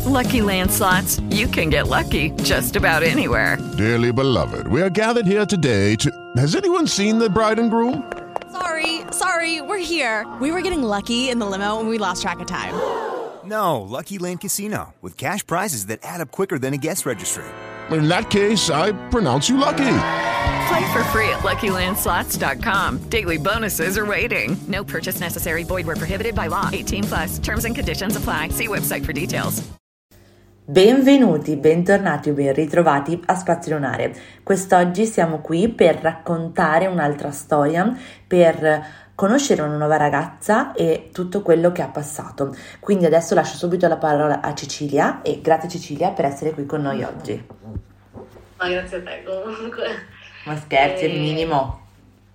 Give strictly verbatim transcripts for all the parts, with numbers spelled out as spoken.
Lucky Land Slots, you can get lucky just about anywhere. Dearly beloved, we are gathered here today to... Has anyone seen the bride and groom? Sorry, sorry, we're here. We were getting lucky in the limo and we lost track of time. No, Lucky Land Casino, with cash prizes that add up quicker than a guest registry. In that case, I pronounce you lucky. Play for free at Lucky Land Slots dot com. Daily bonuses are waiting. No purchase necessary. Void where prohibited by law. eighteen plus. Terms and conditions apply. See website for details. Benvenuti, bentornati o ben ritrovati a Spazio Lunare. Quest'oggi siamo qui per raccontare un'altra storia, per conoscere una nuova ragazza e tutto quello che ha passato. Quindi adesso lascio subito la parola a Cecilia e grazie Cecilia per essere qui con noi oggi. Ma grazie a te comunque. Ma scherzi, e... è il minimo.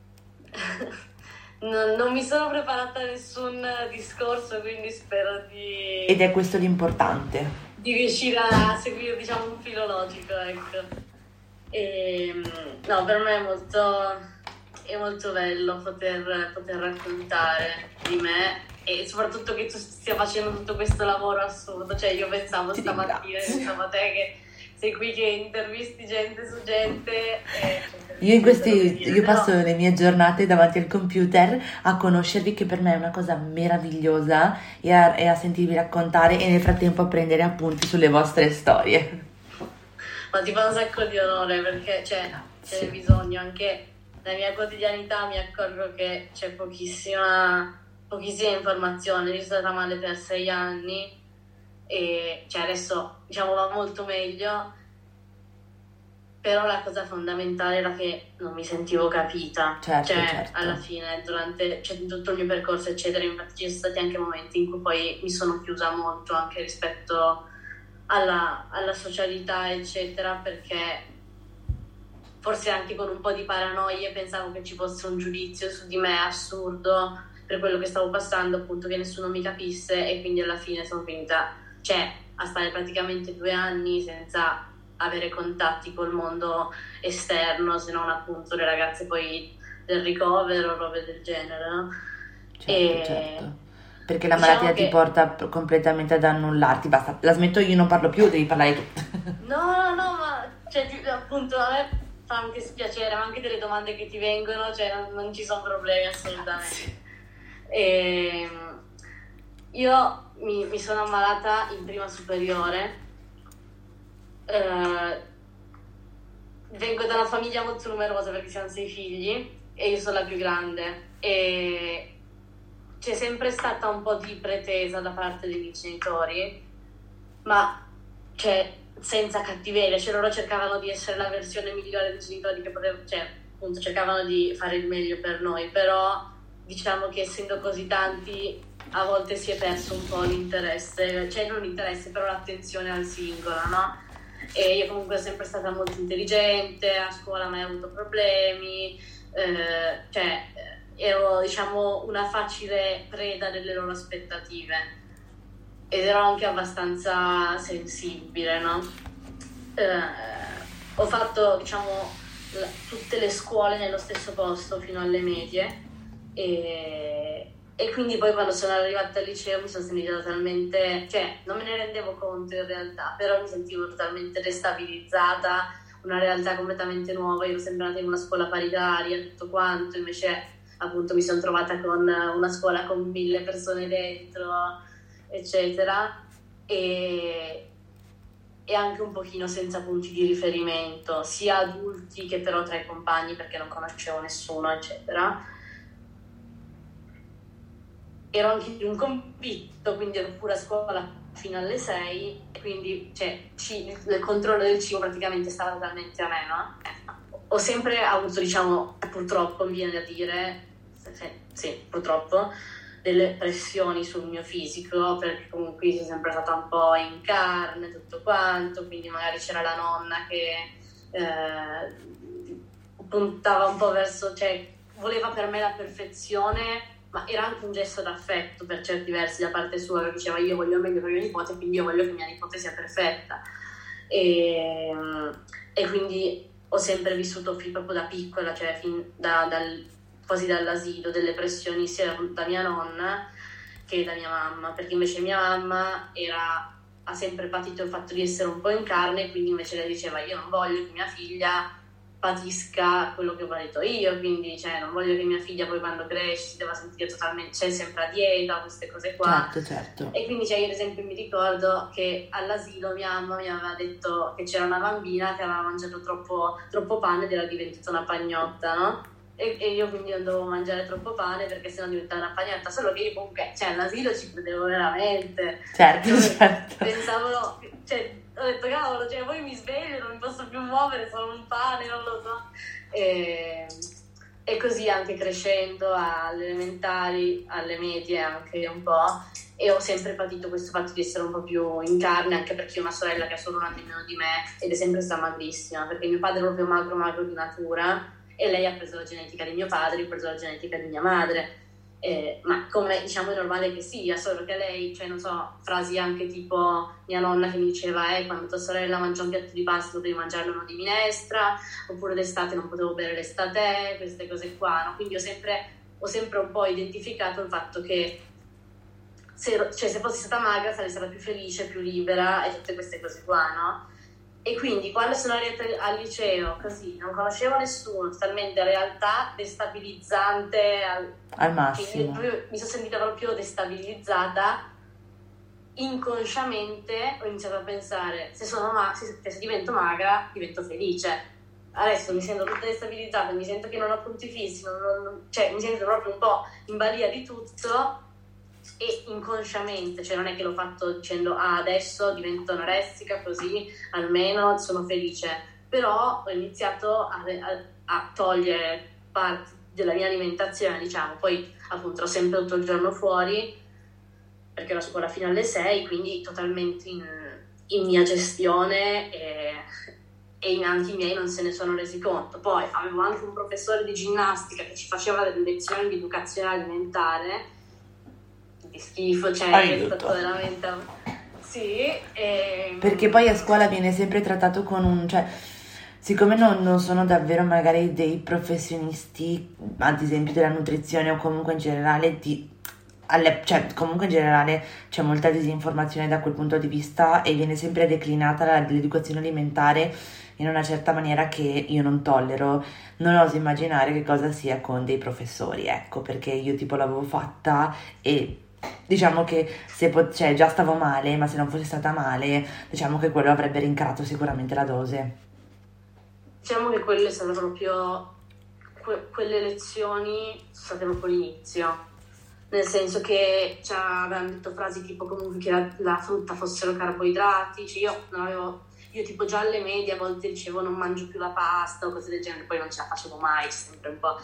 non, non mi sono preparata a nessun discorso, quindi spero di... Ed è questo l'importante. Di riuscire a seguire, diciamo, un filo logico, ecco. E, no, per me è molto, è molto bello poter, poter raccontare di me e soprattutto che tu stia facendo tutto questo lavoro assurdo. Cioè io pensavo Ti stamattina, pensavo a te che sei qui che intervisti gente su gente e... Io in questi dire, io passo però... le mie giornate davanti al computer a conoscervi, che per me è una cosa meravigliosa, e a, e a sentirvi raccontare e nel frattempo a prendere appunti sulle vostre storie. Ma ti fa un sacco di onore perché cioè, Sì. c'è bisogno. Anche nella mia quotidianità mi accorgo che c'è pochissima, pochissima informazione. Io sono stata male per sei anni e cioè adesso diciamo va molto meglio, però la cosa fondamentale era che non mi sentivo capita. Certo, cioè certo. alla fine durante cioè, tutto il mio percorso eccetera, infatti ci sono stati anche momenti in cui poi mi sono chiusa molto anche rispetto alla, alla socialità eccetera, perché forse anche con un po' di paranoie pensavo che ci fosse un giudizio su di me assurdo per quello che stavo passando, appunto, che nessuno mi capisse, e quindi alla fine sono finita cioè a stare praticamente due anni senza avere contatti col mondo esterno, se non appunto le ragazze poi del ricovero, robe del genere, no? Certo, e... certo. Perché la diciamo malattia che... ti porta completamente ad annullarti. Basta, la smetto io, non parlo più, devi parlare tu. No, no, no, ma cioè, appunto a me fa anche spiacere, ma anche delle domande che ti vengono, cioè non, non ci sono problemi assolutamente. Sì. E, io mi, mi sono ammalata in prima superiore. Uh, vengo da una famiglia molto numerosa perché siamo sei figli e io sono la più grande, e c'è sempre stata un po' di pretesa da parte dei miei genitori, ma cioè senza cattiveria, cioè loro cercavano di essere la versione migliore dei genitori che potevano, cioè appunto cercavano di fare il meglio per noi, però diciamo che essendo così tanti a volte si è perso un po' l'interesse, cioè non l'interesse però l'attenzione al singolo, no? E io comunque sono sempre stata molto intelligente, a scuola mai avuto problemi, eh, cioè ero diciamo una facile preda delle loro aspettative ed ero anche abbastanza sensibile, no? Eh, ho fatto diciamo la, tutte le scuole nello stesso posto fino alle medie e E quindi poi quando sono arrivata al liceo mi sono sentita totalmente, cioè non me ne rendevo conto in realtà, però mi sentivo totalmente destabilizzata, una realtà completamente nuova. Io ero sempre andata in una scuola paritaria, tutto quanto, invece appunto mi sono trovata con una scuola con mille persone dentro, eccetera, e, e anche un pochino senza punti di riferimento, sia adulti che però tra i compagni, perché non conoscevo nessuno, eccetera. Ero anche in un convitto, quindi ero pure a scuola fino alle sei, quindi cioè, ci, il controllo del cibo praticamente stava totalmente a me, no? Ho sempre avuto, diciamo, purtroppo mi viene da dire, sì, sì, purtroppo, delle pressioni sul mio fisico, perché comunque sono sempre stata un po' in carne, tutto quanto, quindi magari c'era la nonna che eh, puntava un po' verso, cioè voleva per me la perfezione, ma era anche un gesto d'affetto per certi versi da parte sua, perché diceva io voglio il meglio per mia nipote, quindi io voglio che mia nipote sia perfetta, e, e quindi ho sempre vissuto fin proprio da piccola, cioè fin da, dal, quasi dall'asilo, delle pressioni sia da mia nonna che da mia mamma, perché invece mia mamma era ha sempre patito il fatto di essere un po' in carne, quindi invece lei diceva io non voglio che mia figlia patisca quello che ho patito io, quindi cioè non voglio che mia figlia poi quando cresce si debba sentire totalmente, cioè sempre a dieta, queste cose qua. Certo, certo. E quindi cioè, io ad esempio mi ricordo che all'asilo mia mamma mi aveva detto che c'era una bambina che aveva mangiato troppo, troppo pane ed era diventata una pagnotta, no? E, e io quindi non dovevo mangiare troppo pane perché sennò diventava una pagnotta, solo che io comunque cioè all'asilo ci credevo veramente. Certo, Io certo. Pensavo, cioè ho detto cavolo, cioè poi mi sveglio, non mi posso più muovere, sono un pane, non lo so. E, e così anche crescendo alle elementari, alle medie anche un po', e ho sempre patito questo fatto di essere un po' più in carne, anche perché ho una sorella che ha solo un anno in meno di me ed è sempre stata magrissima, perché mio padre è proprio magro magro di natura e lei ha preso la genetica di mio padre, io ho preso la genetica di mia madre. Eh, ma come diciamo è normale che sia, solo che lei, cioè non so, frasi anche tipo mia nonna che mi diceva eh quando tua sorella mangia un piatto di pasta devi mangiarne uno di minestra, oppure d'estate non potevo bere l'estate, queste cose qua, no? Quindi ho sempre, ho sempre un po' identificato il fatto che se, cioè, se fossi stata magra sarei stata più felice, più libera e tutte queste cose qua, no? E quindi quando sono arrivata al liceo così non conoscevo nessuno, totalmente realtà destabilizzante al, al massimo, io, mi sono sentita proprio destabilizzata, inconsciamente ho iniziato a pensare se sono ma- se, se divento magra divento felice, adesso mi sento tutta destabilizzata, mi sento che non ho punti fissi, non, non, cioè mi sento proprio un po' in balia di tutto. E inconsciamente, cioè non è che l'ho fatto dicendo ah adesso divento anoressica così almeno sono felice, però ho iniziato a, a, a togliere parte della mia alimentazione, diciamo, poi appunto ero sempre tutto il giorno fuori perché ero a scuola fino alle sei, quindi totalmente in, in mia gestione e, e anche i miei non se ne sono resi conto. Poi avevo anche un professore di ginnastica che ci faceva delle lezioni di educazione alimentare di schifo, cioè è stato veramente sì e... perché poi a scuola viene sempre trattato con un, cioè siccome non, non sono davvero magari dei professionisti ad esempio della nutrizione o comunque in generale di alle, cioè comunque in generale c'è molta disinformazione da quel punto di vista e viene sempre declinata l'educazione alimentare in una certa maniera che io non tollero. Non oso immaginare che cosa sia con dei professori, ecco, perché io tipo l'avevo fatta e diciamo che se po- cioè, già stavo male, ma se non fosse stata male, diciamo che quello avrebbe rincarato sicuramente la dose. Diciamo che quelle sono proprio que- quelle lezioni sono state proprio l'inizio, nel senso che ci avevano detto frasi tipo comunque che la, la frutta fossero carboidrati, cioè io non avevo io tipo già alle medie a volte dicevo non mangio più la pasta o cose del genere, poi non ce la facevo mai, sempre un po'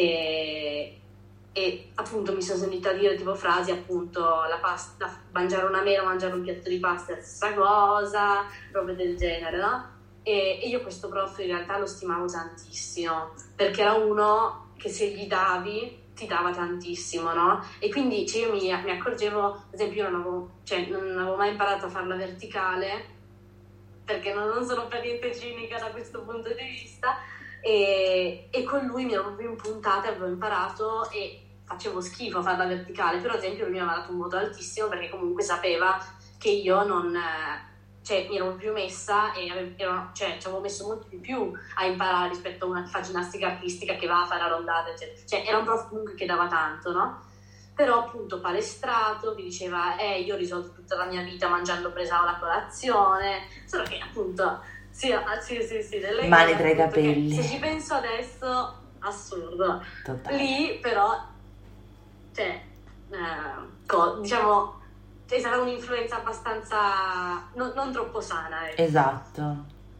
e E appunto mi sono sentita dire tipo frasi appunto la pasta, mangiare una mela, mangiare un piatto di pasta è la stessa cosa, robe del genere, no? E, e io questo prof in realtà lo stimavo tantissimo perché era uno che se gli davi ti dava tantissimo, no? E quindi cioè, io mi, mi accorgevo, ad esempio io non avevo, cioè, non avevo mai imparato a farla verticale perché non, non sono per niente cinica da questo punto di vista. E, e con lui mi ero proprio impuntata, avevo imparato e facevo schifo a farla verticale, però ad esempio lui mi aveva dato un voto altissimo perché comunque sapeva che io non, cioè mi ero più messa e avevo, ero, cioè ci avevo messo molto di più a imparare rispetto a una che fa ginnastica artistica che va a fare la rondata, eccetera. Cioè era un prof comunque che dava tanto, no? Però appunto palestrato, mi diceva eh io ho risolto tutta la mia vita mangiando presa la colazione, solo che appunto Sì, sì, sì, sì, delle mani cose, tra i capelli. Se ci penso adesso, assurdo. Totale. Lì però, cioè, eh, co- diciamo, è stata un'influenza abbastanza, non, non troppo sana. Ecco. Esatto.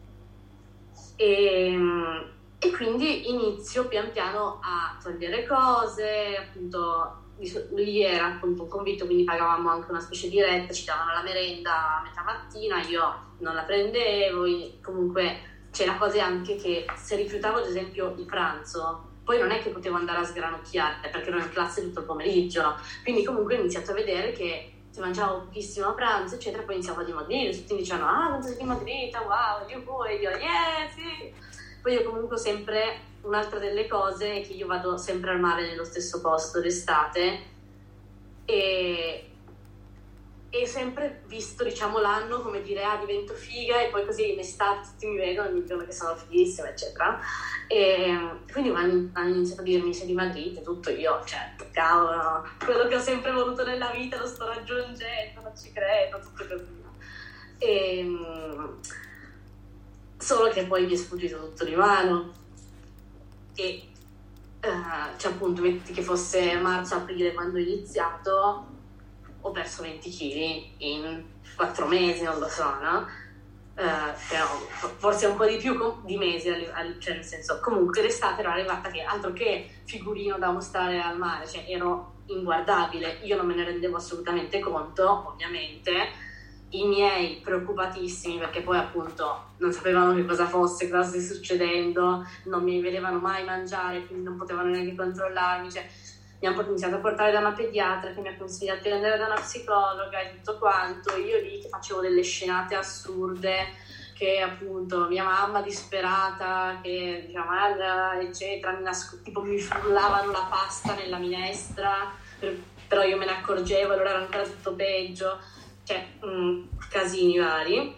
E, e quindi inizio pian piano a togliere cose, appunto, lui era appunto convinto, quindi pagavamo anche una specie di retta, ci davano la merenda a metà mattina, io non la prendevo, comunque c'è la cosa anche che se rifiutavo ad esempio il pranzo, poi non è che potevo andare a sgranocchiare perché ero in classe tutto il pomeriggio, quindi comunque ho iniziato a vedere che se mangiavo pochissimo a pranzo eccetera, poi iniziavo a dimagrire, tutti mi dicevano ah non sei dimagrita, wow, io poi, io yeah sì, poi io comunque sempre un'altra delle cose è che io vado sempre al mare nello stesso posto d'estate e e sempre visto, diciamo, l'anno come dire ah divento figa, e poi così in estate tutti mi vedono e mi dicono che sono fighissima eccetera, e quindi hanno, hanno iniziato a dirmi sei dimagrita e tutto. Io certo, cavolo, quello che ho sempre voluto nella vita lo sto raggiungendo, non ci credo, tutto così, no? E solo che poi mi è sfuggito tutto di mano e uh, cioè appunto metti che fosse marzo-aprile quando ho iniziato, ho perso venti chili in quattro mesi, non lo so, no? Uh, però forse un po' di più com- di mesi, al, al, cioè nel senso, comunque l'estate era arrivata che altro che figurino da mostrare al mare, cioè ero inguardabile, io non me ne rendevo assolutamente conto, ovviamente. I miei preoccupatissimi, perché poi appunto non sapevano che cosa fosse, cosa stesse succedendo, non mi vedevano mai mangiare, quindi non potevano neanche controllarmi, cioè mi hanno iniziato a portare da una pediatra che mi ha consigliato di andare da una psicologa e tutto quanto. Io lì che facevo delle scenate assurde, che appunto mia mamma disperata che diceva eccetera, mi nasco- tipo mi frullavano la pasta nella minestra, per- però io me ne accorgevo, allora era ancora tutto peggio, cioè mh, casini vari.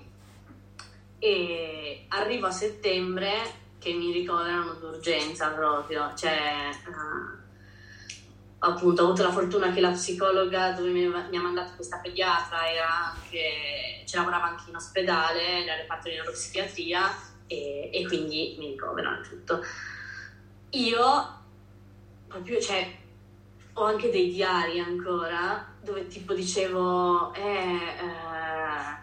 E arrivo a settembre che mi ricoverano d'urgenza proprio, cioè uh, appunto ho avuto la fortuna che la psicologa dove mi, mi ha mandato questa pediatra era anche, ci lavorava anche in ospedale nel reparto di neuropsichiatria, e, e quindi mi ricoverano tutto. Io proprio, cioè ho anche dei diari ancora dove tipo dicevo eh, eh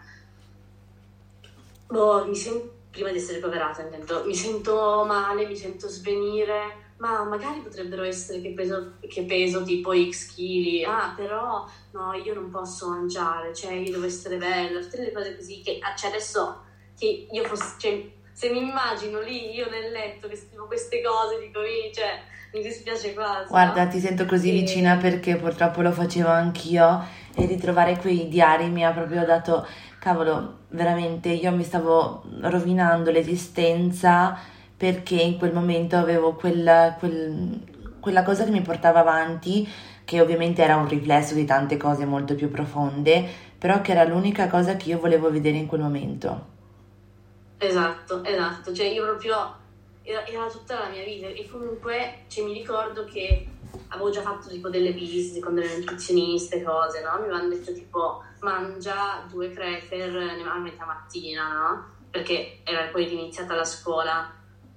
boh, mi sento, prima di essere ricoverata intendo, mi sento male, mi sento svenire, ma magari potrebbero essere che peso, che peso tipo X chili, ah però no, io non posso mangiare, cioè io devo essere bella, tutte le cose così che cioè adesso che io fossi, cioè, se mi immagino lì io nel letto che scrivo queste cose dico cioè mi dispiace quasi. Guarda, no? ti sento così e... vicina perché purtroppo lo facevo anch'io, e ritrovare quei diari mi ha proprio dato, cavolo, veramente io mi stavo rovinando l'esistenza perché in quel momento avevo quella, quel, quella cosa che mi portava avanti, che ovviamente era un riflesso di tante cose molto più profonde, però che era l'unica cosa che io volevo vedere in quel momento. Esatto, esatto, cioè io proprio era, era tutta la mia vita, e comunque cioè, mi ricordo che avevo già fatto tipo delle visite con delle nutrizioniste, cose, no? Mi avevano detto tipo mangia due cracker a metà mattina, no? Perché era poi iniziata la scuola.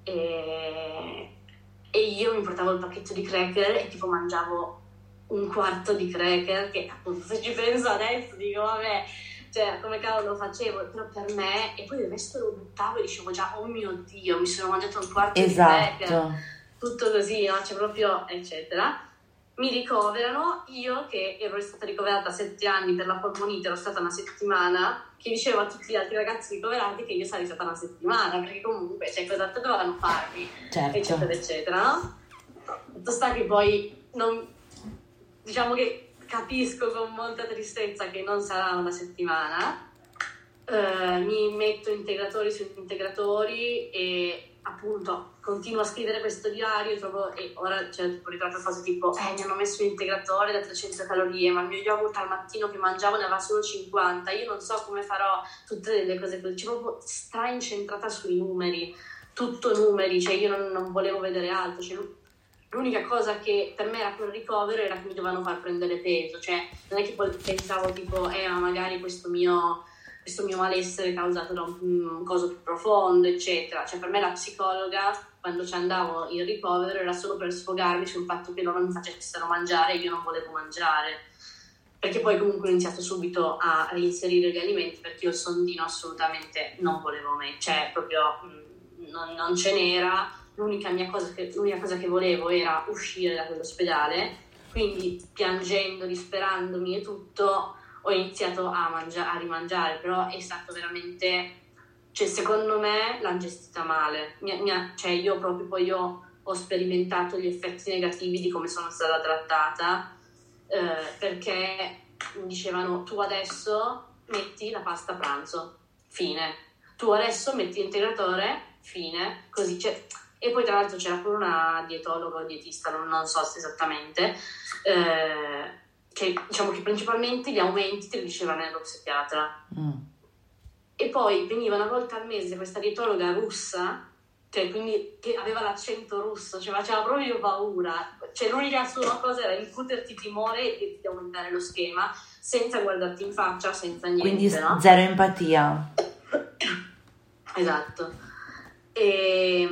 E, e io mi portavo il pacchetto di cracker e tipo mangiavo un quarto di cracker, che appunto se ci penso adesso dico vabbè, cioè come cavolo lo facevo, però per me, e poi il resto lo buttavo e dicevo già oh mio Dio, mi sono mangiato un quarto esatto. di cracker, tutto così, no? C'è proprio eccetera. Mi ricoverano, io che ero stata ricoverata sette anni per la polmonite, ero stata una settimana, che dicevo a tutti gli altri ragazzi ricoverati che io sarei stata una settimana, perché comunque, cioè, cosa dovevano farmi, certo. eccetera, eccetera, no? Tutto sta che poi, non, diciamo che capisco con molta tristezza che non sarà una settimana, eh, mi metto integratori su integratori e appunto continuo a scrivere questo diario, trovo, e ora c'è tipo ritratto cose tipo eh mi hanno messo un integratore da trecento calorie, ma il mio yogurt al mattino che mangiavo ne aveva solo cinquanta, io non so come farò, tutte delle cose così, cioè proprio stra incentrata sui numeri, tutto numeri, cioè io non, non volevo vedere altro, cioè l'unica cosa che per me era quel ricovero era che mi dovevano far prendere peso, cioè non è che poi pensavo tipo eh ma magari questo mio questo mio malessere causato da un, un coso più profondo, eccetera. Cioè per me la psicologa, quando ci andavo in ricovero, era solo per sfogarmi sul fatto che loro mi facessero mangiare e io non volevo mangiare. Perché poi comunque ho iniziato subito a reinserire gli alimenti, perché io il sondino assolutamente non volevo mettere, cioè proprio mh, non, non ce n'era. L'unica, mia cosa che, l'unica cosa che volevo era uscire da quell'ospedale, quindi piangendo, disperandomi e tutto, ho iniziato a, mangia- a rimangiare, però è stato veramente, cioè secondo me l'hanno gestita male, mi, mi ha, cioè io proprio poi ho, ho sperimentato gli effetti negativi di come sono stata trattata, eh, perché mi dicevano tu adesso metti la pasta a pranzo, fine, tu adesso metti l'integratore, fine, così c'è. E poi tra l'altro c'era pure una dietologa o dietista, non, non so esattamente, eh, cioè, diciamo che principalmente gli aumenti te li diceva la neuropsichiatra. Mm. E poi veniva una volta al mese questa dietologa russa, cioè quindi che aveva l'accento russo, cioè faceva proprio paura, cioè l'unica sola cosa era incuterti timore e di aumentare lo schema senza guardarti in faccia, senza niente. Quindi no? Zero empatia. Esatto. E,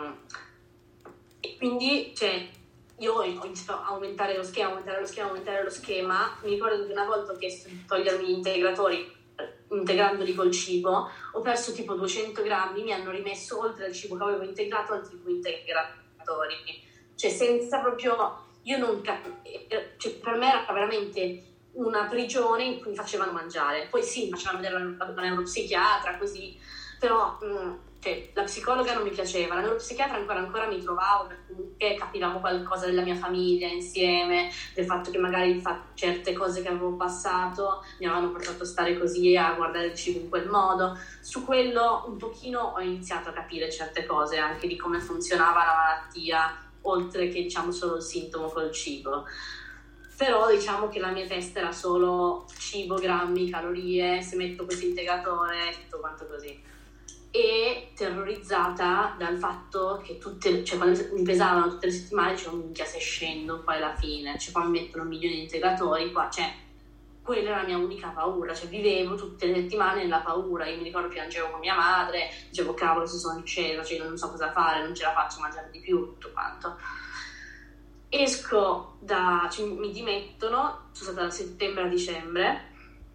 e quindi cioè io ho iniziato a aumentare lo schema, aumentare lo schema, aumentare lo schema. Mi ricordo che una volta ho chiesto di togliermi gli integratori, integrandoli col cibo, ho perso tipo duecento grammi, mi hanno rimesso oltre al cibo che avevo integrato altri due integratori, cioè senza proprio, io non cap- cioè per me era veramente una prigione in cui mi facevano mangiare. Poi sì, mi facevano vedere la, la neuropsichiatra così, però mh, cioè, la psicologa non mi piaceva, la neuropsichiatra ancora ancora mi trovavo, perché comunque capivamo qualcosa della mia famiglia insieme, del fatto che magari fa- certe cose che avevo passato mi avevano portato a stare così, a guardare il cibo in quel modo. Su quello un pochino ho iniziato a capire certe cose, anche di come funzionava la malattia, oltre che diciamo solo il sintomo col cibo. Però diciamo che la mia testa era solo cibo, grammi, calorie, se metto questo integratore, tutto quanto così. E terrorizzata dal fatto che tutte, cioè quando mi pesavano tutte le settimane dicevo minchia, se scendo poi alla fine, cioè qua mi mettono milioni di integratori qua, cioè quella era la mia unica paura, cioè vivevo tutte le settimane nella paura. Io mi ricordo piangevo con mia madre, dicevo cavolo se sono scesa, cioè non so cosa fare, non ce la faccio a mangiare di più, tutto quanto. Esco da, cioè mi dimettono, sono stata da settembre a dicembre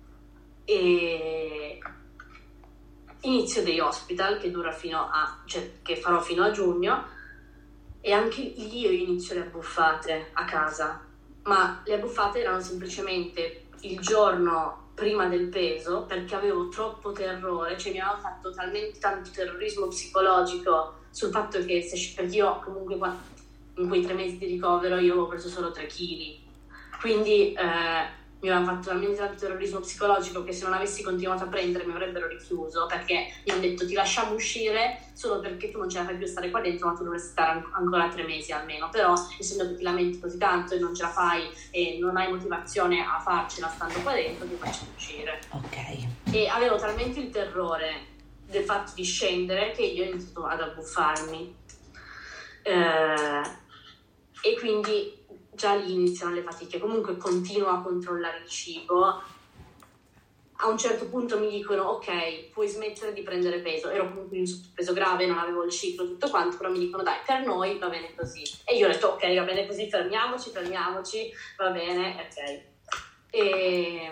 e inizio dei hospital che dura fino a, cioè che farò fino a giugno, e anche lì io inizio le abbuffate a casa, ma le abbuffate erano semplicemente il giorno prima del peso, perché avevo troppo terrore, cioè mi avevano fatto talmente tanto terrorismo psicologico sul fatto che se, perché io comunque in quei tre mesi di ricovero io avevo preso solo tre chili, quindi eh, mi avevano fatto talmente tanto terrorismo psicologico che se non avessi continuato a prendere mi avrebbero richiuso, perché mi hanno detto ti lasciamo uscire solo perché tu non ce la fai più stare qua dentro, ma tu dovresti stare an- ancora tre mesi almeno, però essendo che ti lamenti così tanto e non ce la fai e non hai motivazione a farcela stando qua dentro, ti faccio uscire. Ok. E avevo talmente il terrore del fatto di scendere che io ho iniziato ad abbuffarmi, eh, e quindi già lì iniziano le fatiche. Comunque continuo a controllare il cibo. A un certo punto mi dicono ok, puoi smettere di prendere peso. Ero comunque in un sottopeso grave, non avevo il ciclo, tutto quanto, però mi dicono dai, per noi va bene così. E io ho detto ok, va bene così, fermiamoci, fermiamoci, va bene, ok. E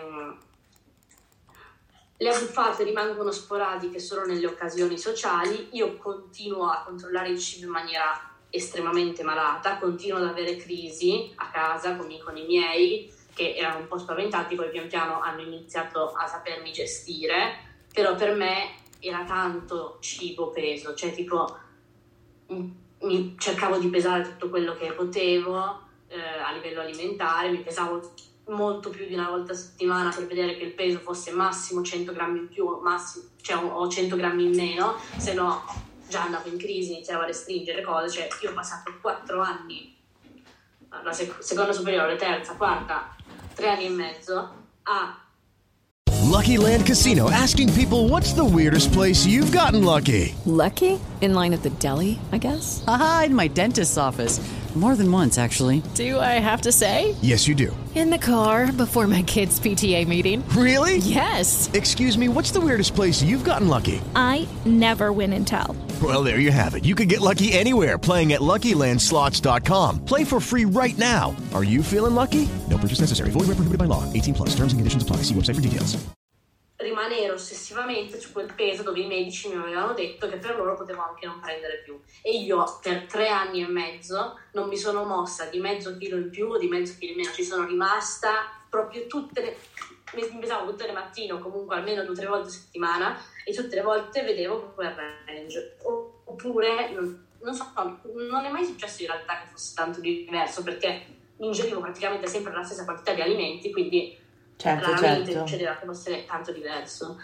le abbuffate rimangono sporadiche solo nelle occasioni sociali. Io continuo a controllare il cibo in maniera estremamente malata, continuo ad avere crisi a casa con i, con i miei che erano un po' spaventati, poi pian piano hanno iniziato a sapermi gestire, però per me era tanto cibo peso, cioè tipo mi cercavo di pesare tutto quello che potevo eh, a livello alimentare, mi pesavo molto più di una volta a settimana per vedere che il peso fosse massimo cento grammi in più, massimo, cioè o cento grammi in meno, se no già andavo in crisi, iniziavo a restringere cose. Cioè io ho passato quattro anni, la sec- seconda superiore, terza, quarta, tre anni e mezzo a Lucky Land Casino, asking people what's the weirdest place you've gotten lucky? Lucky? In line at the deli, I guess? Aha, in my dentist's office. More than once, actually. Do I have to say? Yes, you do. In the car before my kids' P T A meeting. Really? Yes. Excuse me, what's the weirdest place you've gotten lucky? I never win and tell. Well, there you have it. You can get lucky anywhere, playing at Lucky Land Slots dot com. Play for free right now. Are you feeling lucky? No purchase necessary. Void where prohibited by law. eighteen plus. Terms and conditions apply. See website for details. Rimanere ossessivamente su quel peso dove i medici mi avevano detto che per loro potevo anche non prendere più, e io per tre anni e mezzo non mi sono mossa di mezzo chilo in più o di mezzo chilo in meno, ci sono rimasta proprio tutte le, mi pesavo tutte le mattine o comunque almeno due o tre volte a settimana, e tutte le volte vedevo quel range. Oppure non, non so, non è mai successo in realtà che fosse tanto diverso, perché ingerivo praticamente sempre la stessa quantità di alimenti, quindi certo, raramente certo. succedeva che fosse tanto diverso.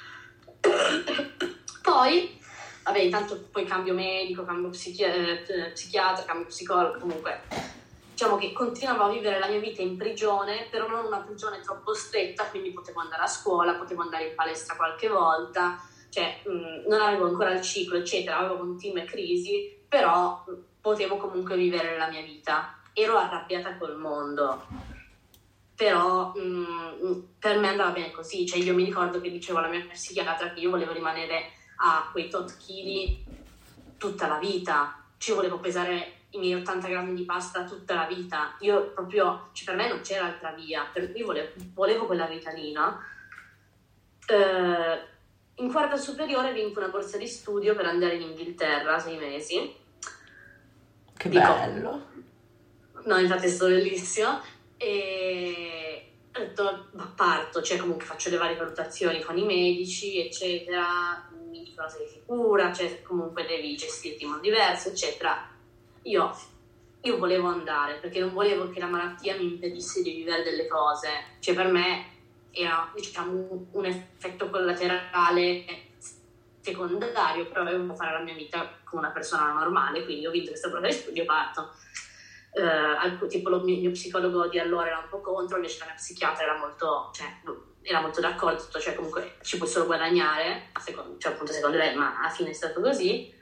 Poi vabbè, intanto poi cambio medico, cambio psichi- eh, psichiatra, cambio psicologo, comunque diciamo che continuavo a vivere la mia vita in prigione, però non una prigione troppo stretta, quindi potevo andare a scuola, potevo andare in palestra qualche volta, cioè mh, non avevo ancora il ciclo, eccetera, avevo continue crisi, però mh, potevo comunque vivere la mia vita. Ero arrabbiata col mondo, però mh, per me andava bene così, cioè io mi ricordo che dicevo alla mia psichiatra che io volevo rimanere a quei tot chili tutta la vita, ci volevo pesare i miei ottanta grammi di pasta tutta la vita, io proprio, cioè per me non c'era altra via, per cui volevo, volevo quella vita lì, no? Eh, in quarta superiore vinco una borsa di studio per andare in Inghilterra, sei mesi. Che Dico, bello! No, infatti è stato bellissimo, e ho detto, ma parto, cioè comunque faccio le varie valutazioni con i medici, eccetera, mi dicono sei sicura, cioè comunque devi gestirti in modo diverso, eccetera. Io, io volevo andare perché non volevo che la malattia mi impedisse di vivere delle cose, cioè per me era, diciamo, un effetto collaterale secondario, però volevo fare la mia vita come una persona normale, quindi ho vinto questa prova di studio, parto. Uh, tipo il mio, mio psicologo di allora era un po' contro, invece la mia psichiatra era molto, cioè, era molto d'accordo, cioè comunque ci puoi solo guadagnare, secondo, cioè appunto secondo lei, ma alla fine è stato così.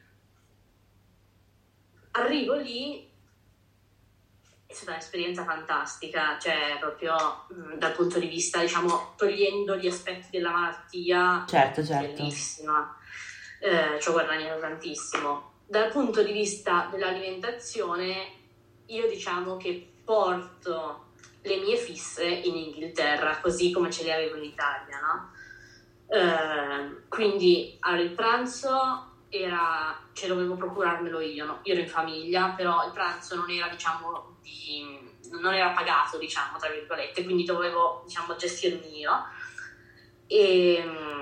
Arrivo lì, è stata un'esperienza fantastica, cioè proprio mh, dal punto di vista, diciamo, togliendo gli aspetti della malattia, certo, certo. Bellissima, eh, ci ho guadagnato tantissimo. Dal punto di vista dell'alimentazione, io diciamo che porto le mie fisse in Inghilterra, così come ce le avevo in Italia, no? Eh, quindi allora, il pranzo era, cioè dovevo procurarmelo io, no? Io ero in famiglia, però il pranzo non era, diciamo, di, non era pagato, diciamo, tra virgolette, quindi dovevo, diciamo, gestirmi io. E,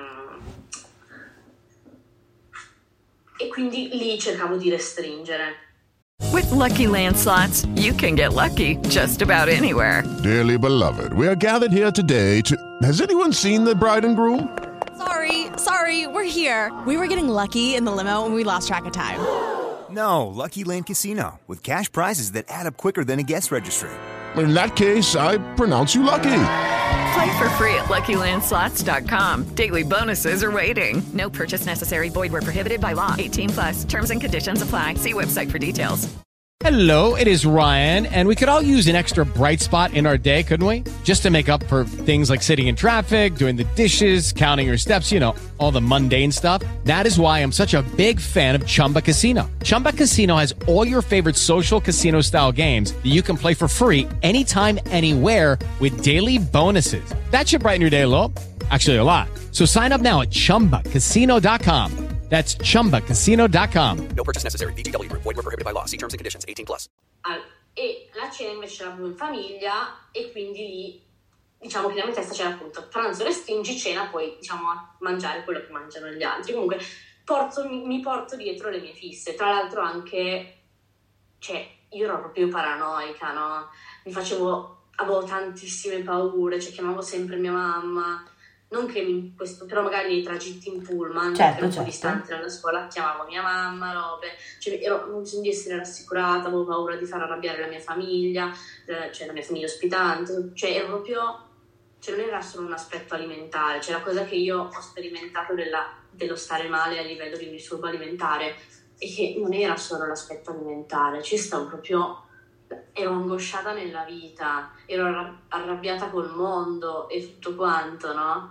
e quindi lì cercavo di restringere. With Lucky Land Slots, you can get lucky just about anywhere. Dearly beloved, we are gathered here today to... Has anyone seen the bride and groom? Sorry, sorry, we're here. We were getting lucky in the limo and we lost track of time. No, Lucky Land Casino, with cash prizes that add up quicker than a guest registry. In that case, I pronounce you lucky. Play for free at Lucky Land Slots dot com. Daily bonuses are waiting. No purchase necessary. Void where prohibited by law. eighteen plus. Terms and conditions apply. See website for details. Hello, it is Ryan, and we could all use an extra bright spot in our day, couldn't we? Just to make up for things like sitting in traffic, doing the dishes, counting your steps, you know, all the mundane stuff. That is why I'm such a big fan of Chumba Casino. Chumba Casino has all your favorite social casino-style games that you can play for free anytime, anywhere with daily bonuses. That should brighten your day a little. Actually, a lot. So sign up now at chumba casino dot com. That's chumba casino dot com. No purchase necessary. V G W Group. Void where prohibited by law. See terms and conditions. eighteen plus. E la cena invece l'avevo in famiglia, e quindi lì, diciamo che nella mia testa c'era appunto pranzo restringi, cena puoi, diciamo, mangiare quello che mangiano gli altri. Comunque porto, mi, mi porto dietro le mie fisse. Tra l'altro anche, cioè, io ero proprio paranoica, no? Mi facevo, avevo tantissime paure, cioè chiamavo sempre mia mamma. Non che mi, questo, però magari nei tragitti in pullman, certo, ero un certo. po' distante dalla scuola, chiamavo mia mamma, robe, cioè ero, avevo bisogno di essere rassicurata, avevo paura di far arrabbiare la mia famiglia, eh, cioè la mia famiglia ospitante, cioè ero proprio, cioè non era solo un aspetto alimentare, cioè la cosa che io ho sperimentato della, dello stare male a livello di disturbo alimentare è che non era solo l'aspetto alimentare, ci stavo proprio, ero angosciata nella vita, ero arrabbiata col mondo e tutto quanto, no?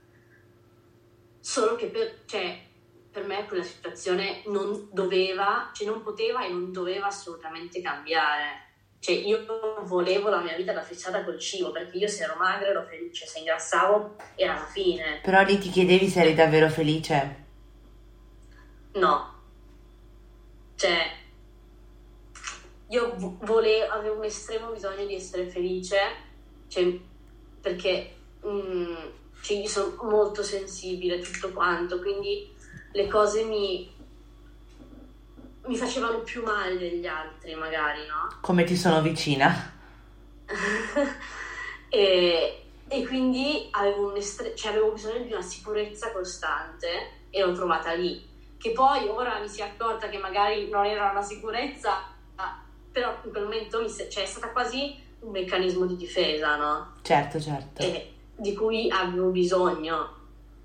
Solo che per, cioè, per me quella situazione non doveva, cioè non poteva e non doveva assolutamente cambiare. Cioè io volevo la mia vita da fissata col cibo, perché io se ero magra ero felice, se ingrassavo era la fine. Però lì ti chiedevi se eri davvero felice? No. Cioè, io volevo, avevo un estremo bisogno di essere felice, cioè, perché... Mm, cioè io sono molto sensibile a tutto quanto, quindi le cose mi, mi facevano più male degli altri magari, no? Come ti sono vicina. e, e quindi avevo, un estre- cioè avevo bisogno di una sicurezza costante e l'ho trovata lì. Che poi ora mi si è accorta che magari non era una sicurezza, però in quel momento mi se- cioè, è stata quasi un meccanismo di difesa, no? Certo, certo. E, di cui avevo bisogno.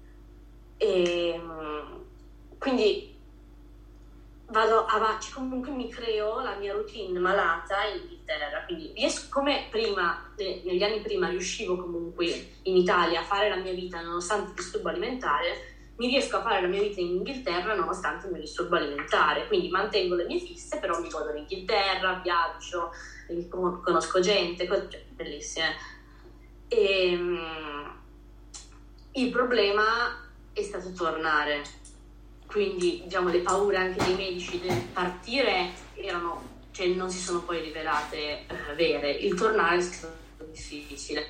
E quindi vado avanti, comunque mi creo la mia routine malata in Inghilterra, quindi riesco, come prima, negli anni prima riuscivo comunque in Italia a fare la mia vita nonostante il disturbo alimentare, mi riesco a fare la mia vita in Inghilterra nonostante il mio disturbo alimentare, quindi mantengo le mie fisse, però mi godo l'Inghilterra, viaggio, conosco gente, cose bellissime. E um, il problema è stato tornare, quindi diciamo le paure anche dei medici del partire erano, cioè non si sono poi rivelate eh, vere. Il tornare è stato difficile.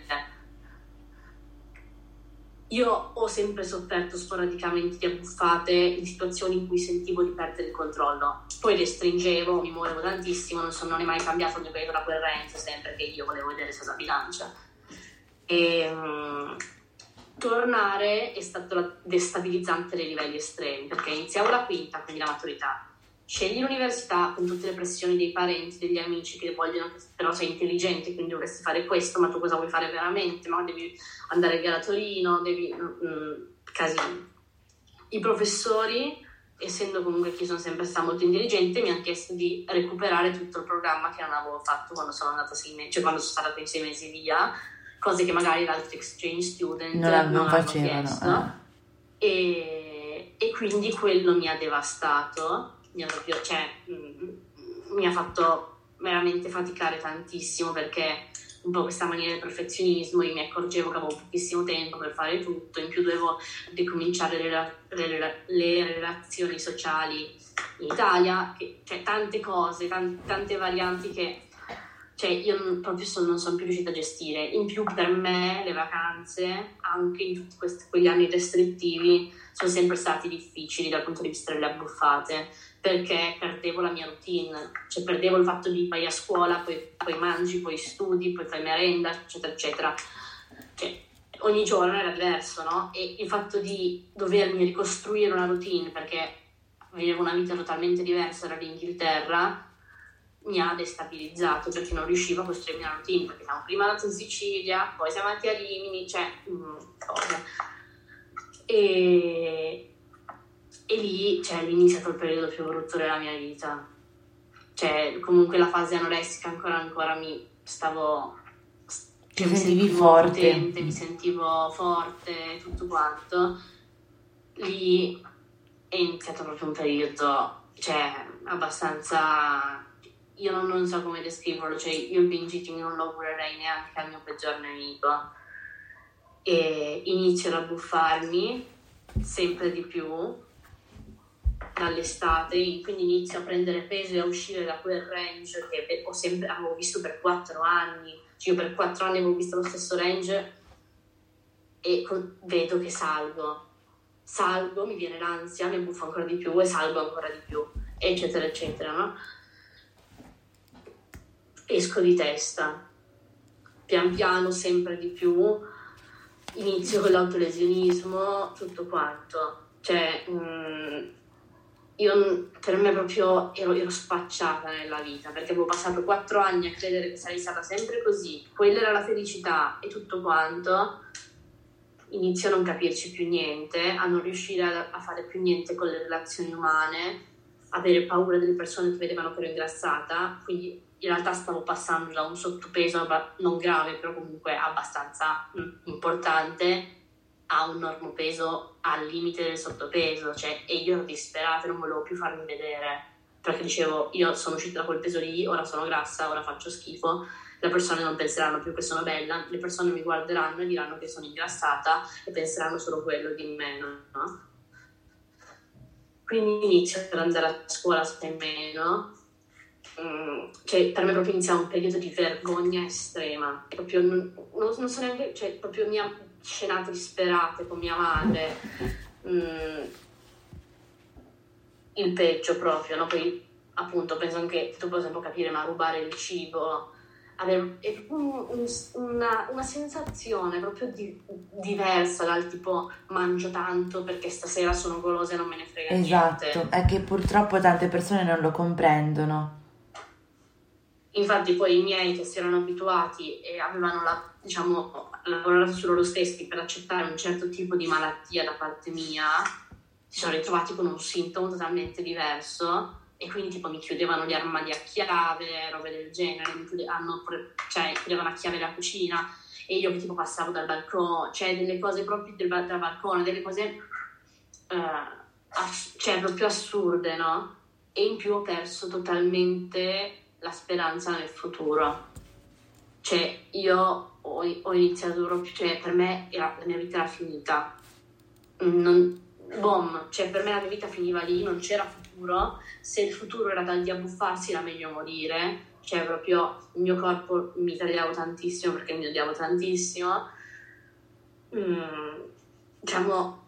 Io ho sempre sofferto sporadicamente di abbuffate in situazioni in cui sentivo di perdere il controllo, poi le stringevo, mi muovevo tantissimo, non, sono, non è mai cambiato il mio peso da quel range, sempre che io volevo vedere se la bilancia. E um, tornare è stato destabilizzante dei livelli estremi, perché iniziavo la quinta, quindi la maturità, scegli l'università con tutte le pressioni dei parenti, degli amici che vogliono, però sei intelligente, quindi dovresti fare questo, ma tu cosa vuoi fare veramente? Ma devi andare via da Torino, devi mm, casino. I professori, essendo comunque che io sono sempre stata molto intelligente, mi hanno chiesto di recuperare tutto il programma che non avevo fatto quando sono andata sei mesi, cioè quando sono stata quei sei mesi via, cose che magari l'altro exchange student non, non, non hanno facevano, chiesto. Eh. E, e quindi quello mi ha devastato. Mi ha, proprio, cioè, mh, mi ha fatto veramente faticare tantissimo, perché un po' questa mania del perfezionismo, io mi accorgevo che avevo pochissimo tempo per fare tutto, in più dovevo ricominciare le, le, le relazioni sociali in Italia, che, cioè tante cose, tante, tante varianti che cioè io non, proprio sono, non sono più riuscita a gestire. In più per me le vacanze, anche in tutti questi, quegli anni restrittivi, sono sempre stati difficili dal punto di vista delle abbuffate, perché perdevo la mia routine, cioè perdevo il fatto di vai a scuola, poi, poi mangi, poi studi, poi fai merenda, eccetera, eccetera. Cioè, ogni giorno era diverso, no? E il fatto di dovermi ricostruire una routine, perché vivevo una vita totalmente diversa dall'Inghilterra, mi ha destabilizzato, perché non riuscivo a costruirmi una routine, perché siamo prima andati in Sicilia, poi siamo andati a Rimini, cioè mh, cose. E, e lì, cioè, lì è iniziato il periodo più brutto della mia vita. Cioè, comunque la fase anoressica ancora ancora mi stavo... Ti mi sentivi sentivo forte. potente, mi sentivo forte, tutto quanto. Lì è iniziato proprio un periodo, cioè, abbastanza... Io non, non so come descriverlo, cioè io il binge eating non lo augurerei neanche al mio peggior nemico. E inizio ad abbuffarmi sempre di più dall'estate, quindi inizio a prendere peso e a uscire da quel range che ho sempre, avevo visto per quattro anni. Cioè io per quattro anni avevo visto lo stesso range e con, vedo che salgo. Salgo, mi viene l'ansia, mi abbuffo ancora di più e salgo ancora di più, eccetera, eccetera, no? Esco di testa, pian piano sempre di più, inizio con l'autolesionismo, tutto quanto. Cioè, mh, io per me proprio ero, ero spacciata nella vita, perché avevo passato quattro anni a credere che sarei stata sempre così, quella era la felicità e tutto quanto. Inizio a non capirci più niente, a non riuscire a, a fare più niente con le relazioni umane, avere paura delle persone che vedevano che ero ingrassata, quindi in realtà stavo passando da un sottopeso non grave, però comunque abbastanza importante, a un normopeso al limite del sottopeso, cioè, e io ero disperata, non volevo più farmi vedere, perché dicevo, io sono uscita da quel peso lì, ora sono grassa, ora faccio schifo, le persone non penseranno più che sono bella, le persone mi guarderanno e diranno che sono ingrassata e penseranno solo quello di me, no? Quindi inizio ad andare a scuola sempre meno. Mm, cioè per me proprio inizia un periodo di vergogna estrema, proprio non, non, non so neanche, cioè proprio mia scenate disperate con mia madre, mm, il peggio proprio, no? Poi appunto penso anche, tu per esempio capire, ma rubare il cibo, avere è un, un, una, una sensazione proprio di, diversa dal tipo mangio tanto perché stasera sono golosa e non me ne frega esatto, niente. È che purtroppo tante persone non lo comprendono. Infatti poi i miei che si erano abituati e avevano la, diciamo, lavorato su loro stessi per accettare un certo tipo di malattia da parte mia, si sono ritrovati con un sintomo totalmente diverso e quindi tipo mi chiudevano gli armadi a chiave, robe del genere, mi chiude, hanno, cioè chiudevano a chiave la cucina e io che tipo passavo dal balcone, cioè delle cose proprio del, dal balcone, delle cose uh, ass- cioè proprio assurde, no? E in più ho perso totalmente la speranza nel futuro. Cioè io ho, ho iniziato proprio, cioè per me era, la mia vita era finita. Non, boom, cioè per me la mia vita finiva lì, non c'era futuro. Se il futuro era dal di abbuffarsi era meglio morire. Cioè proprio il mio corpo mi tagliavo tantissimo perché mi odiavo tantissimo. Mm, diciamo,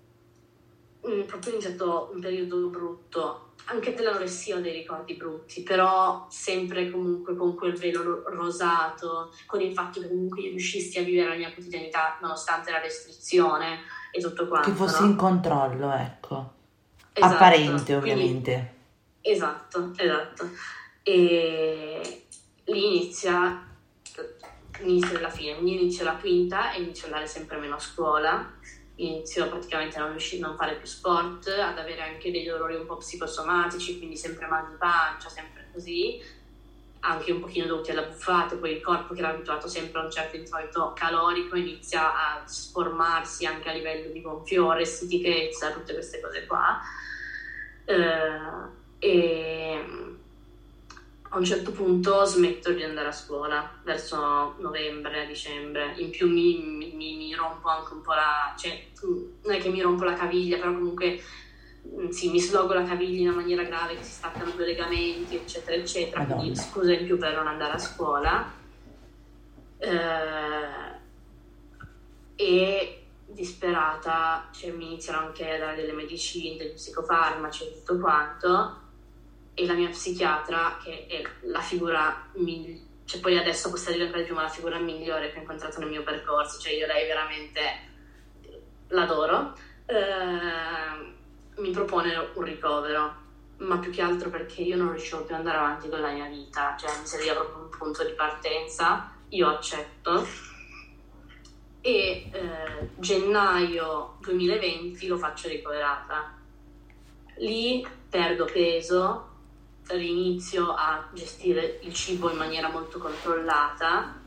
mm, proprio è iniziato un periodo brutto. Anche dell'anoressia ho dei ricordi brutti, però sempre comunque con quel velo rosato, con il fatto che comunque io riuscissi a vivere la mia quotidianità nonostante la restrizione e tutto quanto. Che fossi no? in controllo, ecco. Esatto, Apparente, ovviamente. Quindi, esatto, esatto. E lì inizia, inizio della fine, quindi inizio la quinta e inizio ad andare sempre meno a scuola. Inizio praticamente a non riuscire a non fare più sport, ad avere anche dei dolori un po' psicosomatici, quindi sempre mal di pancia, sempre così, anche un pochino dovuti alla buffata. Poi il corpo che era abituato sempre a un certo introito calorico inizia a sformarsi anche a livello di gonfiore, stitichezza, tutte queste cose qua. Eh, e a un certo punto smetto di andare a scuola verso novembre, dicembre. In più mi, mi, mi rompo anche un po' la, cioè non è che mi rompo la caviglia, però comunque sì, mi slogo la caviglia in una maniera grave, che si staccano due legamenti, eccetera eccetera. Madonna. Quindi scusa in più per non andare a scuola. Eh, e disperata, cioè mi iniziano anche a dare delle medicine, degli psicofarmaci e tutto quanto. E la mia psichiatra, che è la figura migliore, cioè poi adesso posso dire ancora di più, ma la figura migliore che ho incontrato nel mio percorso, cioè io lei veramente l'adoro, eh, mi propone un ricovero, ma più che altro perché io non riuscivo più ad andare avanti con la mia vita, cioè mi serviva proprio un punto di partenza. Io accetto e eh, gennaio duemilaventi lo faccio ricoverata. Lì perdo peso, rinizio a gestire il cibo in maniera molto controllata,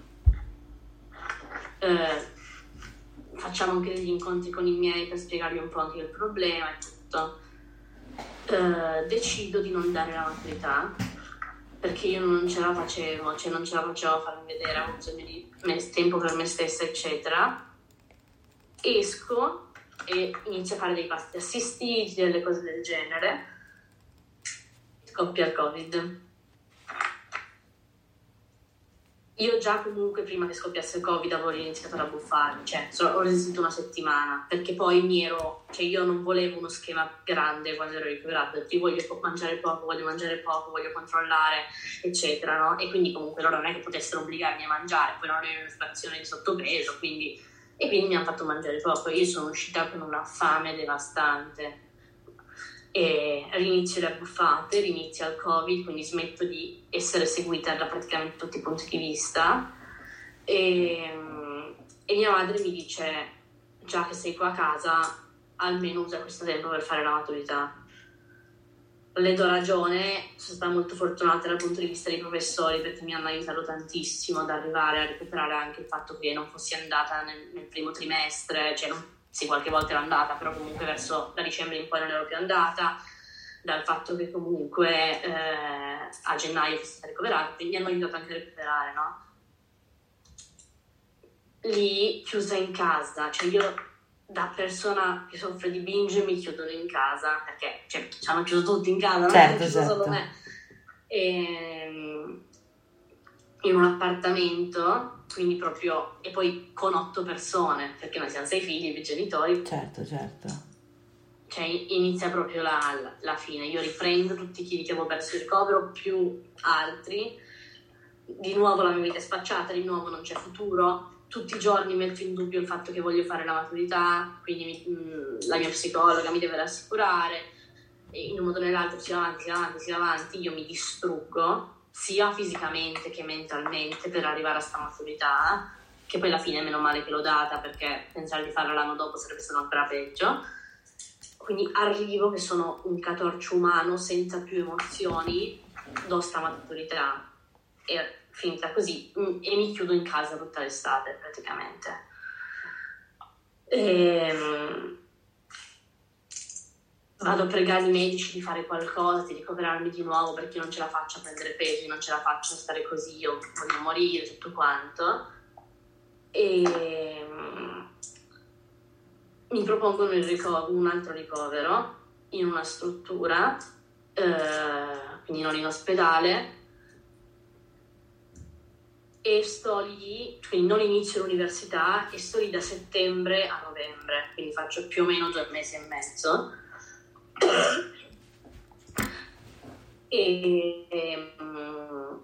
eh, facciamo anche degli incontri con i miei per spiegargli un po' anche il problema e tutto. Eh, decido di non dare la maturità perché io non ce la facevo, cioè non ce la facevo a farmi vedere, avevo bisogno di me, tempo per me stessa eccetera. Esco e inizio a fare dei pasti assistiti, delle cose del genere. Scoppia il Covid. Io già comunque prima che scoppiasse il Covid avevo iniziato ad abbuffarmi, cioè ho resistito una settimana, perché poi mi ero, cioè io non volevo uno schema grande quando ero ricoverato, io voglio mangiare poco, voglio mangiare poco, voglio controllare, eccetera, no? E quindi comunque loro non è che potessero obbligarmi a mangiare, poi non ero in una situazione di sottopeso, quindi, e quindi mi hanno fatto mangiare poco. Io sono uscita con una fame devastante. E rinizio le abbuffate, rinizio il Covid, quindi smetto di essere seguita da praticamente tutti i punti di vista e, e mia madre mi dice: già che sei qua a casa, almeno usa questo tempo per fare la maturità. Le do ragione, sono stata molto fortunata dal punto di vista dei professori perché mi hanno aiutato tantissimo ad arrivare a recuperare anche il fatto che non fossi andata nel, nel primo trimestre, cioè non sì, qualche volta ero andata, però comunque verso da dicembre in poi non ero più andata, dal fatto che comunque eh, a gennaio sono stata ricoverata, quindi mi hanno aiutato anche a recuperare, no? Lì chiusa in casa, cioè io da persona che soffre di binge mi chiudono in casa, perché cioè, ci hanno chiuso tutti in casa, non certo, hanno chiuso certo. solo me. E, in un appartamento, quindi proprio, e poi con otto persone, perché noi siamo sei figli, i miei genitori. Certo, certo. Cioè inizia proprio la, la, la fine. Io riprendo tutti i chili che avevo perso il ricovero, più altri. Di nuovo la mia vita è spacciata, di nuovo non c'è futuro. Tutti i giorni metto in dubbio il fatto che voglio fare la maturità, quindi mi, mh, la mia psicologa mi deve rassicurare. E in un modo o nell'altro si va avanti, si va avanti, si va avanti, io mi distruggo. sia fisicamente che mentalmente per arrivare a sta maturità, che poi alla fine meno male che l'ho data, perché pensare di farla l'anno dopo sarebbe stato ancora peggio. Quindi arrivo che sono un catorcio umano senza più emozioni, do sta maturità e finita così, e mi chiudo in casa tutta l'estate praticamente. E vado a pregare i medici di fare qualcosa, di ricoverarmi di nuovo, perché io non ce la faccio a prendere peso, io non ce la faccio a stare così, io voglio morire, tutto quanto. E mi propongono il ricover- un altro ricovero in una struttura, eh, quindi non in ospedale, e sto lì, quindi non inizio l'università, e sto lì da settembre a novembre, quindi faccio più o meno due mesi e mezzo. E, e um,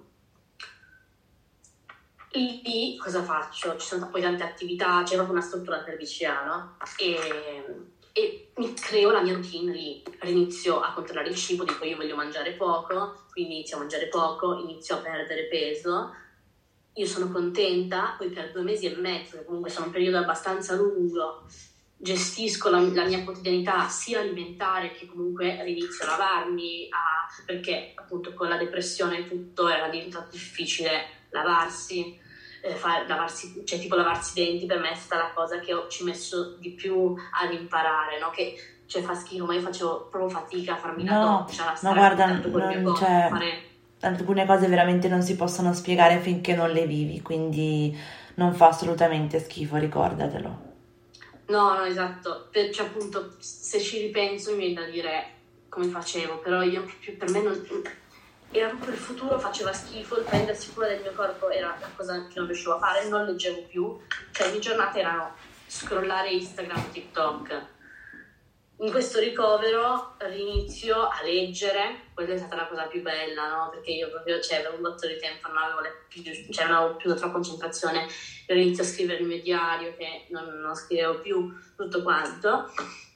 lì cosa faccio? Ci sono poi tante attività, c'è proprio una struttura serviziale, e, e mi creo la mia routine lì. Inizio a controllare il cibo, dico io voglio mangiare poco, quindi inizio a mangiare poco, inizio a perdere peso. Io sono contenta, poi per due mesi e mezzo, che comunque sono un periodo abbastanza lungo, gestisco la, la mia quotidianità sia alimentare che comunque inizio a lavarmi, a, perché appunto con la depressione e tutto era diventato difficile lavarsi, eh, fare, lavarsi, cioè tipo lavarsi i denti per me è stata la cosa che ho ci messo di più ad imparare, no? Che cioè fa schifo, ma io facevo proprio fatica a farmi la No, doccia, a no, guarda, contatto col mio non corpo, c'è, fare... alcune cose veramente non si possono spiegare finché non le vivi, quindi non fa assolutamente schifo, ricordatelo. No, no, esatto, per, cioè appunto se ci ripenso mi viene da dire come facevo, però io per me non, era proprio il futuro, faceva schifo, il prendersi cura del mio corpo era la cosa che non riuscivo a fare, non leggevo più, cioè le mie giornate erano scrollare Instagram, TikTok. In questo ricovero rinizio a leggere, quella è stata la cosa più bella, no? Perché io proprio, cioè, avevo un botto di tempo, non avevo, le, più, cioè, non avevo più troppa concentrazione, inizio a scrivere il mio diario che non, non scrivevo più, tutto quanto.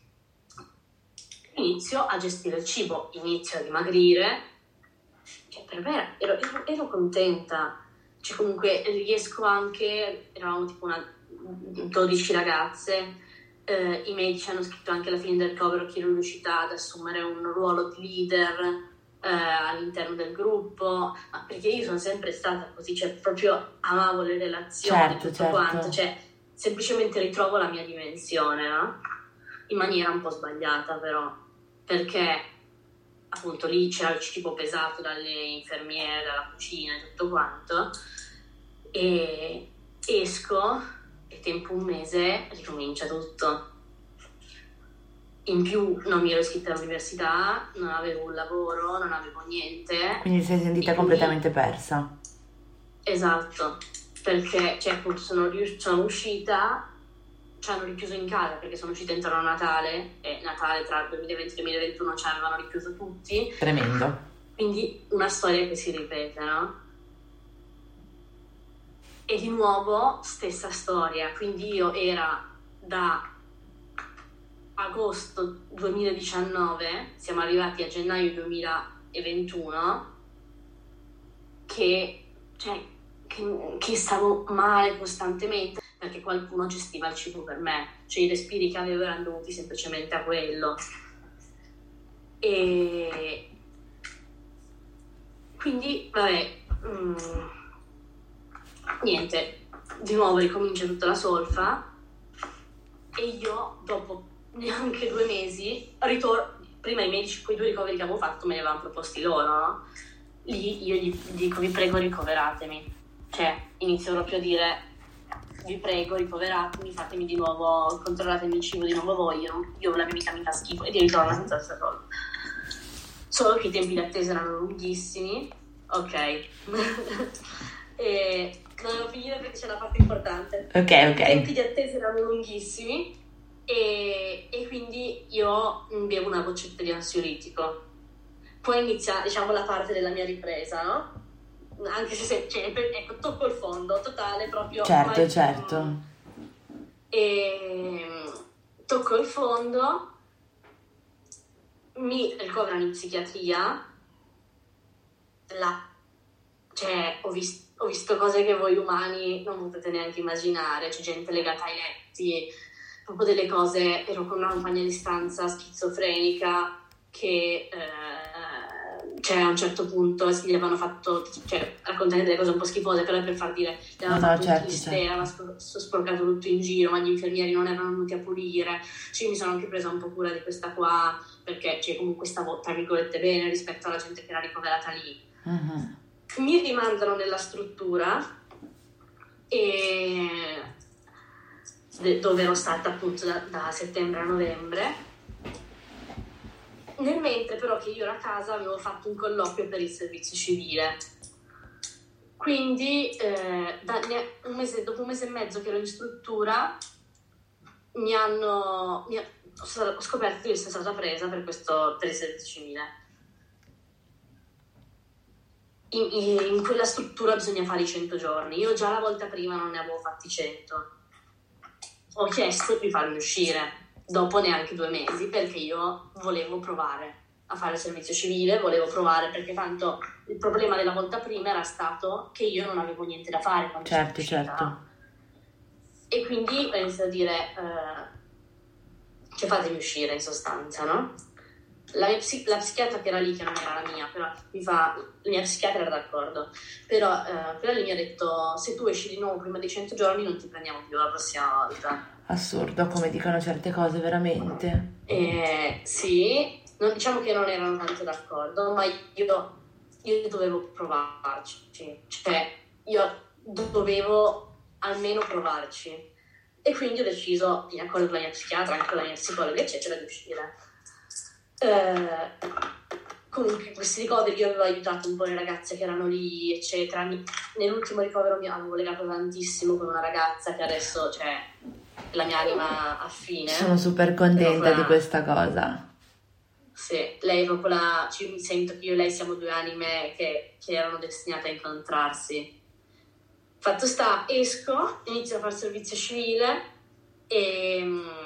Inizio a gestire il cibo, inizio a dimagrire, cioè per me ero, ero, ero contenta, cioè comunque riesco anche, eravamo tipo una dodici ragazze, Uh, i medici hanno scritto anche alla fine del ricovero che ero riuscita ad assumere un ruolo di leader uh, all'interno del gruppo, ma perché io sono sempre stata così, cioè proprio amavo le relazioni, certo, tutto certo. quanto, cioè semplicemente ritrovo la mia dimensione, no? In maniera un po' sbagliata però, perché appunto lì c'era il cibo pesato dalle infermiere, dalla cucina e tutto quanto, e esco e tempo un mese ricomincia tutto. In più non mi ero iscritta all'università, non avevo un lavoro, non avevo niente. Quindi sei sentita completamente quindi... persa. Esatto, perché cioè, appunto sono, rius- sono uscita, ci hanno richiuso in casa perché sono uscita intorno a Natale, e Natale tra il duemilaventi e il duemilaventuno ci avevano richiuso tutti. Tremendo. Quindi una storia che si ripete, no? E di nuovo stessa storia, quindi io era da agosto duemiladiciannove, siamo arrivati a gennaio duemilaventuno, che, cioè, che, che stavo male costantemente perché qualcuno gestiva il cibo per me, cioè i respiri che avevo erano dovuti semplicemente a quello. E quindi, vabbè... Mm, niente, di nuovo ricomincia tutta la solfa e io dopo neanche due mesi ritorno, prima i medici, quei due ricoveri che avevo fatto me li avevano proposti loro, no? Lì io gli dico vi prego ricoveratemi, cioè inizio proprio a dire vi prego ricoveratemi, fatemi di nuovo, controllatemi il cibo di nuovo voi, io, io la mia vita mi fa schifo, e di ritorno senza questa solfa. Solo che i tempi di attesa erano lunghissimi, ok. E dovevo finire perché c'è la parte importante. Ok, ok. I tempi di attesa erano lunghissimi e, e quindi io bevo una boccetta di ansiolitico. Poi inizia, diciamo, la parte della mia ripresa, no? Anche se, se cioè, ecco, tocco il fondo totale proprio. Certo, poi, certo. E tocco il fondo, mi ricoverano in psichiatria, la cioè, ho, vis- ho visto cose che voi umani non potete neanche immaginare, c'è gente legata ai letti, proprio delle cose, ero con una compagna di stanza schizofrenica che eh, cioè a un certo punto gli avevano fatto, cioè raccontare delle cose un po' schifose, però per far dire, gli avevano no, fatto certo, un triste, certo. aveva sp- sporcato tutto in giro, ma gli infermieri non erano venuti a pulire, cioè mi sono anche presa un po' cura di questa qua, perché cioè, comunque stavo tra virgolette bene rispetto alla gente che era ricoverata lì. Uh-huh. Mi rimandano nella struttura e dove ero stata appunto da, da settembre a novembre. Nel mentre però che io ero a casa avevo fatto un colloquio per il servizio civile, quindi eh, da, un mese, dopo un mese e mezzo che ero in struttura mi hanno mi ha, ho scoperto di essere stata presa per questo per il servizio civile. In, in, in quella struttura bisogna fare i cento giorni, io già la volta prima non ne avevo fatti cento, ho chiesto di farmi uscire dopo neanche due mesi perché io volevo provare a fare il servizio civile, volevo provare perché tanto il problema della volta prima era stato che io non avevo niente da fare quando certo, sono uscita. Certo. E quindi ho iniziato a dire eh, cioè fatemi uscire in sostanza, no? La, mia psi- la psichiatra che era lì, che non era la mia, però mi fa, la mia psichiatra era d'accordo, però eh, quella lì mi ha detto se tu esci di nuovo prima dei cento giorni non ti prendiamo più la prossima volta. Assurdo come dicono certe cose, veramente. Eh, sì, non, diciamo che non erano tanto d'accordo, ma io, io dovevo provarci, cioè io dovevo almeno provarci e quindi ho deciso, in accordo con la mia psichiatra, anche con la mia psicologa eccetera, di uscire. Eh, comunque questi ricoveri io avevo aiutato un po' le ragazze che erano lì eccetera. Nell'ultimo ricovero mi avevo legato tantissimo con una ragazza che adesso cioè la mia anima affine. Sono super contenta la... di questa cosa. Sì, lei è proprio la ci sento che io e lei siamo due anime che, che erano destinate a incontrarsi. Fatto sta, esco, inizio a fare servizio civile e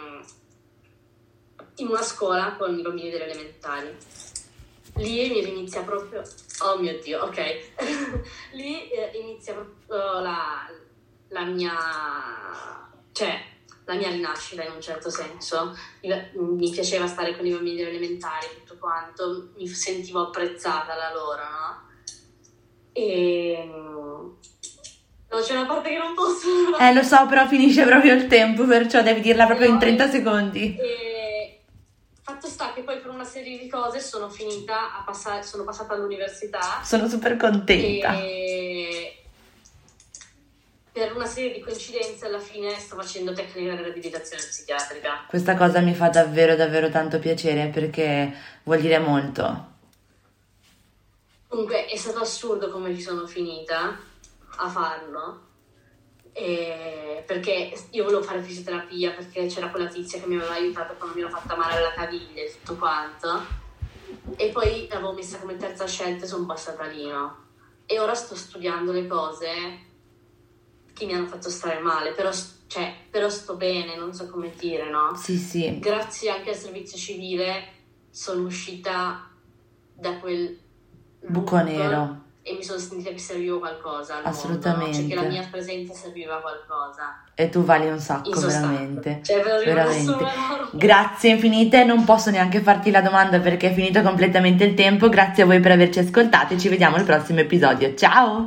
in una scuola con i bambini delle elementari. Lì mi inizia proprio, oh mio Dio, ok, lì eh, inizia proprio la, la mia, cioè la mia rinascita in un certo senso. Mi, mi piaceva stare con i bambini delle elementari, tutto quanto, mi sentivo apprezzata da loro, no? E no, c'è una parte che non posso. Eh, lo so, però finisce proprio il tempo, perciò devi dirla proprio no, in trenta secondi. E fatto sta che poi per una serie di cose sono finita a passare, sono passata all'università. Sono super contenta. E per una serie di coincidenze alla fine sto facendo tecnica di riabilitazione psichiatrica. Questa cosa mi fa davvero davvero tanto piacere perché vuol dire molto. Comunque è stato assurdo come ci sono finita a farlo. E perché io volevo fare fisioterapia perché c'era quella tizia che mi aveva aiutato quando mi ero fatta male alla caviglia e tutto quanto, e poi l'avevo messa come terza scelta e sono passata lì, no? E ora sto studiando le cose che mi hanno fatto stare male, però, cioè, però sto bene, non so come dire, no? Sì, sì. Grazie anche al servizio civile sono uscita da quel buco nero e mi sono sentita che serviva qualcosa al assolutamente mondo, no? Cioè che la mia presenza serviva a qualcosa e tu vali un sacco veramente, cioè, veramente. Grazie infinite, non posso neanche farti la domanda perché è finito completamente il tempo. Grazie a voi per averci ascoltato e ci vediamo al prossimo episodio, ciao.